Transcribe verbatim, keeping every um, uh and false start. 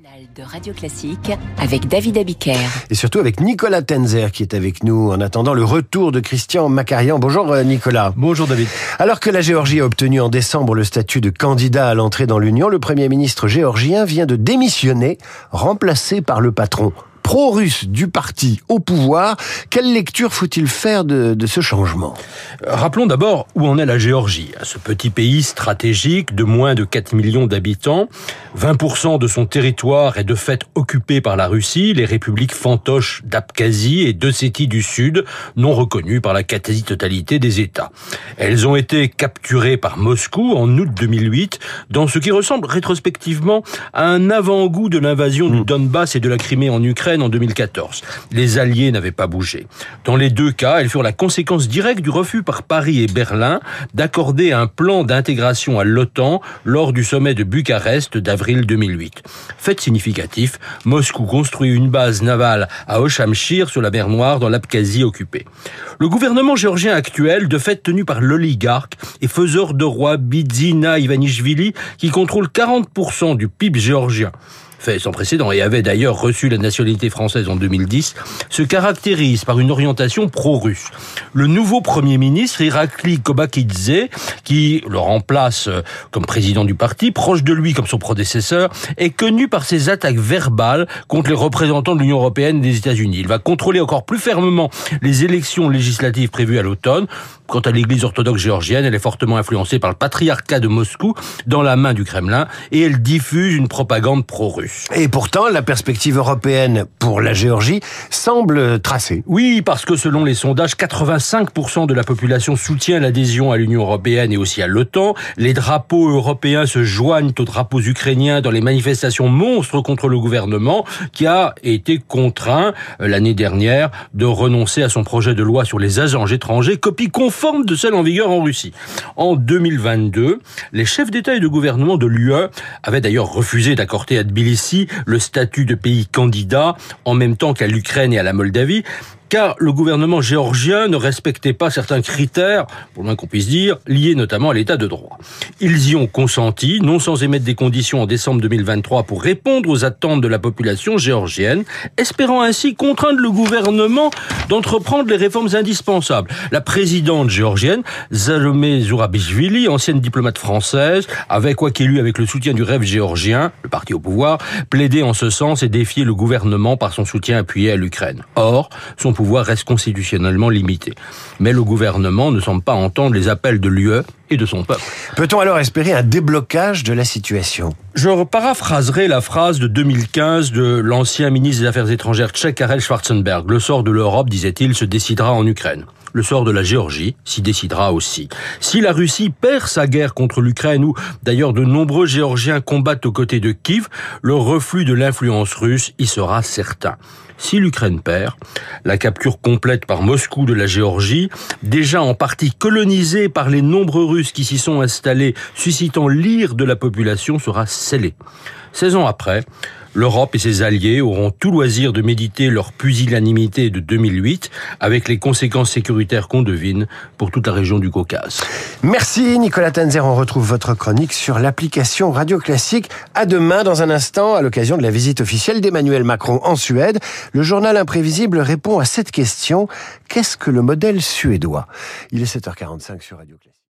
De Radio Classique avec David Abiker. Et surtout avec Nicolas Tenzer qui est avec nous en attendant le retour de Christian Makarian. Bonjour Nicolas. Bonjour David. Alors que la Géorgie a obtenu en décembre le statut de candidat à l'entrée dans l'Union, le Premier ministre géorgien vient de démissionner, remplacé par le patron pro-russe du parti au pouvoir. Quelle lecture faut-il faire de, de ce changement ? Rappelons d'abord où en est la Géorgie. Ce petit pays stratégique de moins de quatre millions d'habitants, vingt pour cent de son territoire est de fait occupé par la Russie, les républiques fantoches d'Abkhazie et d'Ossétie du Sud, non reconnues par la quasi-totalité des États. Elles ont été capturées par Moscou en août deux mille huit, dans ce qui ressemble rétrospectivement à un avant-goût de l'invasion du Donbass et de la Crimée en Ukraine en deux mille quatorze. Les Alliés n'avaient pas bougé. Dans les deux cas, elles furent la conséquence directe du refus par Paris et Berlin d'accorder un plan d'intégration à l'OTAN lors du sommet de Bucarest d'avril deux mille huit. Fait significatif, Moscou construit une base navale à Ochamchir sur la mer Noire dans l'Abkhazie occupée. Le gouvernement géorgien actuel, de fait tenu par l'oligarque et faiseur de roi Bidzina Ivanishvili, qui contrôle quarante pour cent du P I B géorgien, fait sans précédent et avait d'ailleurs reçu la nationalité française en deux mille dix, se caractérise par une orientation pro-russe. Le nouveau Premier ministre, Irakli Kobakidze, qui le remplace comme président du parti, proche de lui comme son prédécesseur, est connu par ses attaques verbales contre les représentants de l'Union européenne et des États-Unis. Il va contrôler encore plus fermement les élections législatives prévues à l'automne. Quant à l'Église orthodoxe géorgienne, elle est fortement influencée par le patriarcat de Moscou dans la main du Kremlin et elle diffuse une propagande pro-russe. Et pourtant, la perspective européenne pour la Géorgie semble tracée. Oui, parce que selon les sondages, quatre-vingt-cinq pour cent de la population soutient l'adhésion à l'Union européenne et aussi à l'OTAN. Les drapeaux européens se joignent aux drapeaux ukrainiens dans les manifestations monstres contre le gouvernement qui a été contraint l'année dernière de renoncer à son projet de loi sur les agents étrangers, copie conforme de celle en vigueur en Russie. En deux mille vingt-deux, les chefs d'État et de gouvernement de l'U E avaient d'ailleurs refusé d'accorder à Tbilissi le statut de pays candidat en même temps qu'à l'Ukraine et à la Moldavie, car le gouvernement géorgien ne respectait pas certains critères, pour le moins qu'on puisse dire, liés notamment à l'état de droit. Ils y ont consenti, non sans émettre des conditions en décembre deux mille vingt-trois pour répondre aux attentes de la population géorgienne, espérant ainsi contraindre le gouvernement d'entreprendre les réformes indispensables. La présidente géorgienne, Zalomé Zourabishvili, ancienne diplomate française, avait, quoi qu'il eût avec le soutien du rêve géorgien, le parti au pouvoir, plaidé en ce sens et défié le gouvernement par son soutien appuyé à l'Ukraine. Or, son pouvoir reste constitutionnellement limité. Mais le gouvernement ne semble pas entendre les appels de l'U E et de son peuple. Peut-on alors espérer un déblocage de la situation ? Je paraphraserai la phrase de deux mille quinze de l'ancien ministre des Affaires étrangères tchèque Karel Schwarzenberg. Le sort de l'Europe, disait-il, se décidera en Ukraine. Le sort de la Géorgie s'y décidera aussi. Si la Russie perd sa guerre contre l'Ukraine, où d'ailleurs de nombreux Géorgiens combattent aux côtés de Kiev, le reflux de l'influence russe y sera certain. Si l'Ukraine perd, la capture complète par Moscou de la Géorgie, déjà en partie colonisée par les nombreux Russes qui s'y sont installés, suscitant l'ire de la population, sera scellée. seize ans après, l'Europe et ses alliés auront tout loisir de méditer leur pusillanimité de deux mille huit, avec les conséquences sécuritaires qu'on devine pour toute la région du Caucase. Merci Nicolas Tenzer, on retrouve votre chronique sur l'application Radio Classique. À demain dans un instant, à l'occasion de la visite officielle d'Emmanuel Macron en Suède. Le journal imprévisible répond à cette question: qu'est-ce que le modèle suédois ? Il est sept heures quarante-cinq sur Radio Classique.